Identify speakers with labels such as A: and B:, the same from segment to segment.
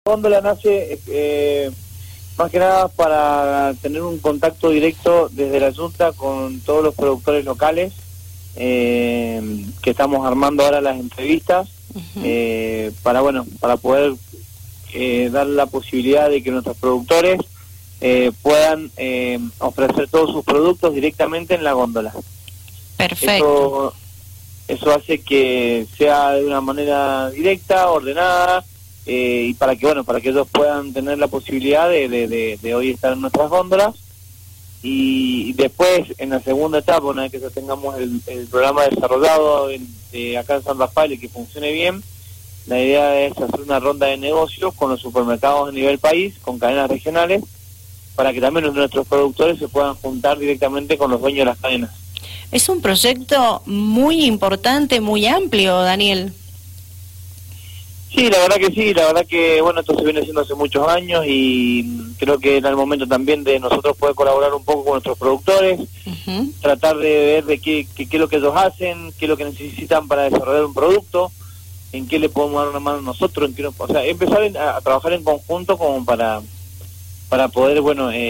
A: góndola nace más que nada para tener un contacto directo desde la Junta con todos los productores locales, que estamos armando ahora las entrevistas, para poder dar la posibilidad de que nuestros productores puedan ofrecer todos sus productos directamente en la góndola.
B: Perfecto.
A: Eso hace que sea de una manera directa, ordenada, y para que ellos puedan tener la posibilidad de hoy estar en nuestras góndolas. Y después, en la segunda etapa, una vez que ya tengamos el programa desarrollado acá en San Rafael y que funcione bien, la idea es hacer una ronda de negocios con los supermercados a nivel país, con cadenas regionales, para que también nuestros productores se puedan juntar directamente con los dueños de las cadenas.
B: Es un proyecto muy importante, muy amplio, Daniel.
A: Sí, la verdad que esto se viene haciendo hace muchos años y creo que era el momento también de nosotros poder colaborar un poco con nuestros productores, tratar de ver de qué es lo que ellos hacen, qué es lo que necesitan para desarrollar un producto, en qué le podemos dar una mano nosotros, empezar a trabajar en conjunto como para poder,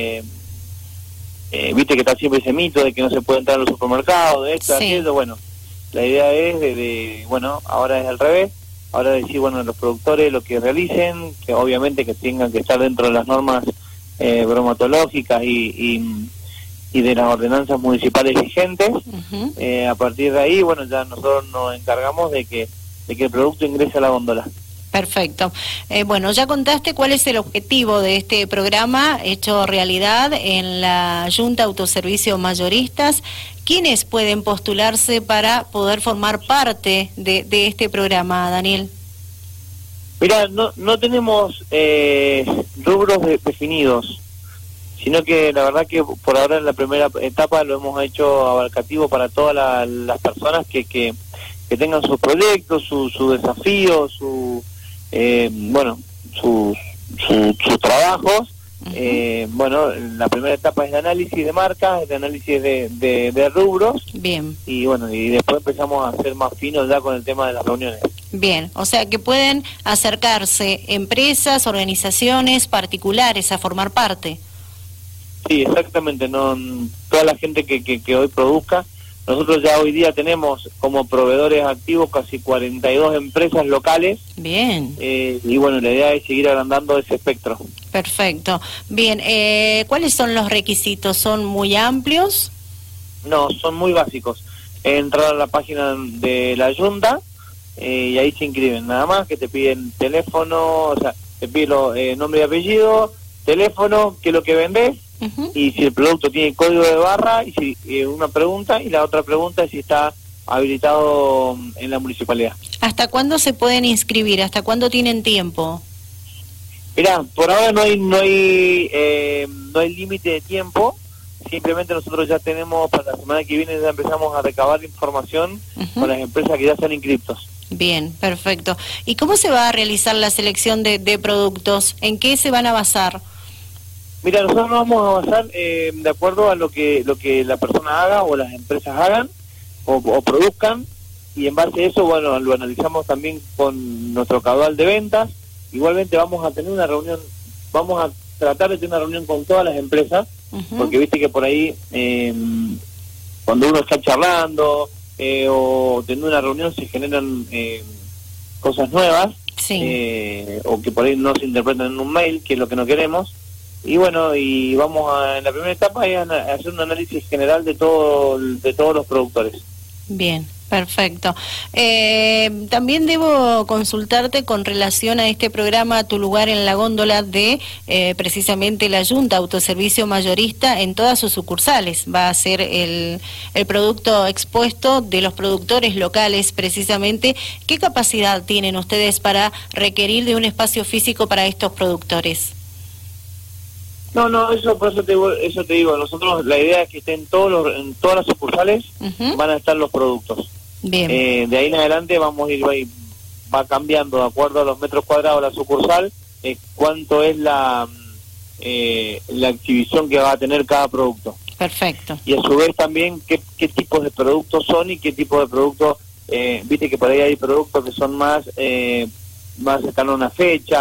A: viste que está siempre ese mito de que no se puede entrar a los supermercados, de esto, aquello, la idea es ahora es al revés. Ahora decir, los productores lo que realicen, que obviamente que tengan que estar dentro de las normas bromatológicas y de las ordenanzas municipales vigentes. A partir de ahí, ya nosotros nos encargamos de que el producto ingrese a la góndola.
B: Perfecto. Ya contaste cuál es el objetivo de este programa hecho realidad en la Junta Autoservicio Mayoristas. ¿Quiénes pueden postularse para poder formar parte de este programa, Daniel?
A: Mira, no tenemos rubros definidos, sino que la verdad que por ahora en la primera etapa lo hemos hecho abarcativo para todas las personas que tengan sus proyectos, sus desafíos, sus trabajos. La primera etapa es de análisis de marcas, de análisis de rubros.
B: Bien.
A: Y después empezamos a ser más finos ya con el tema de las reuniones.
B: Bien, o sea que pueden acercarse empresas, organizaciones, particulares a formar parte.
A: Sí, exactamente. Toda la gente que hoy produzca. Nosotros ya hoy día tenemos como proveedores activos casi 42 empresas locales.
B: Bien.
A: La idea es seguir agrandando ese espectro.
B: Perfecto. Bien, ¿cuáles son los requisitos? ¿Son muy amplios?
A: No, son muy básicos. Entrar a la página de la Junta y ahí se inscriben. Nada más que te piden teléfono, te piden nombre y apellido, teléfono, qué es lo que vendés. Y si el producto tiene código de barra, y si una pregunta, y la otra pregunta es si está habilitado en la municipalidad.
B: ¿Hasta cuándo se pueden inscribir? ¿Hasta cuándo tienen tiempo?
A: Mirá, por ahora no hay límite de tiempo. Simplemente nosotros ya tenemos, para la semana que viene ya empezamos a recabar información con las empresas que ya están inscriptos.
B: Bien, perfecto. ¿Y cómo se va a realizar la selección de productos? ¿En qué se van a basar?
A: Mira, nosotros nos vamos a basar de acuerdo a lo que la persona haga o las empresas hagan o produzcan, y en base a eso, lo analizamos también con nuestro caudal de ventas. Igualmente vamos a tener una reunión, vamos a tratar de tener una reunión con todas las empresas, porque viste que por ahí, cuando uno está charlando o teniendo una reunión se generan cosas nuevas, o que por ahí no se interpretan en un mail, que es lo que no queremos. Y vamos en la primera etapa a hacer un análisis general de todos los productores.
B: Bien, perfecto. También debo consultarte con relación a este programa, Tu Lugar en la Góndola, de precisamente la Junta Autoservicio Mayorista en todas sus sucursales. Va a ser el producto expuesto de los productores locales, precisamente. ¿Qué capacidad tienen ustedes para requerir de un espacio físico para estos productores?
A: No, por eso te digo, nosotros la idea es que estén en todas las sucursales, van a estar los productos.
B: Bien.
A: De ahí en adelante va cambiando de acuerdo a los metros cuadrados de la sucursal, cuánto es la exhibición que va a tener cada producto.
B: Perfecto.
A: Y a su vez también qué tipos de productos son y qué tipo de productos, viste que por ahí hay productos que son más están a una fecha,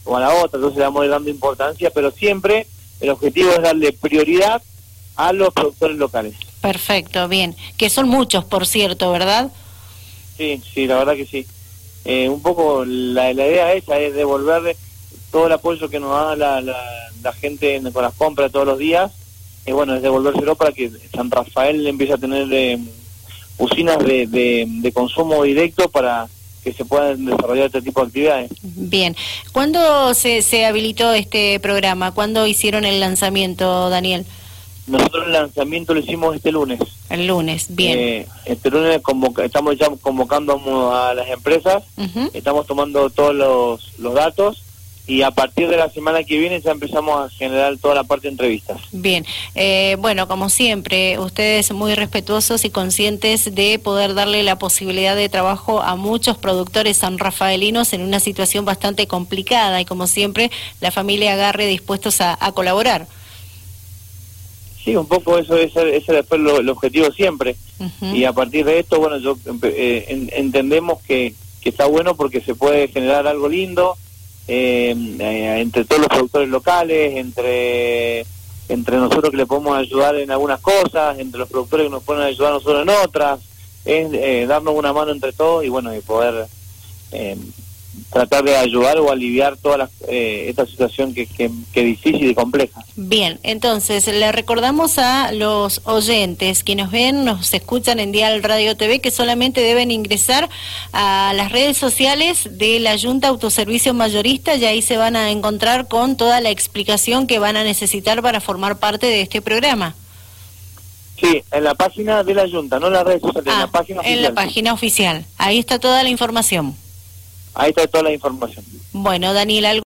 A: o a la otra, entonces le vamos a ir dando importancia, pero siempre el objetivo es darle prioridad a los productores locales.
B: Perfecto, bien. Que son muchos, por cierto, ¿verdad?
A: Sí, la verdad que sí. Un poco la idea esa es devolverle todo el apoyo que nos da la gente con las compras todos los días, bueno, es devolvérselo para que San Rafael empiece a tener usinas de consumo directo para que se puedan desarrollar este tipo de actividades.
B: Bien. ¿Cuándo se habilitó este programa? ¿Cuándo hicieron el lanzamiento, Daniel?
A: Nosotros el lanzamiento lo hicimos este lunes.
B: El lunes, bien.
A: Este lunes estamos ya convocando a las empresas, estamos tomando todos los datos y a partir de la semana que viene ya empezamos a generar toda la parte de entrevistas.
B: Bien, bueno, como siempre, ustedes muy respetuosos y conscientes de poder darle la posibilidad de trabajo a muchos productores sanrafaelinos en una situación bastante complicada y como siempre la familia Agarre dispuestos a colaborar.
A: Sí, un poco ese es después el objetivo siempre. Y a partir de esto, bueno, entendemos que está bueno porque se puede generar algo lindo entre todos los productores locales, entre nosotros que le podemos ayudar en algunas cosas, entre los productores que nos pueden ayudar a nosotros en otras, es darnos una mano entre todos y bueno, y poder tratar de ayudar o aliviar toda esta situación que es difícil y compleja.
B: Bien, entonces le recordamos a los oyentes que nos ven, nos escuchan en Dial Radio TV que solamente deben ingresar a las redes sociales de la Junta Autoservicio Mayorista y ahí se van a encontrar con toda la explicación que van a necesitar para formar parte de este programa.
A: Sí, en la página de la Junta, no en las redes sociales, en la página oficial.
B: En la página oficial, ahí está toda la información.
A: Ahí está toda la información.
B: Bueno, Daniel,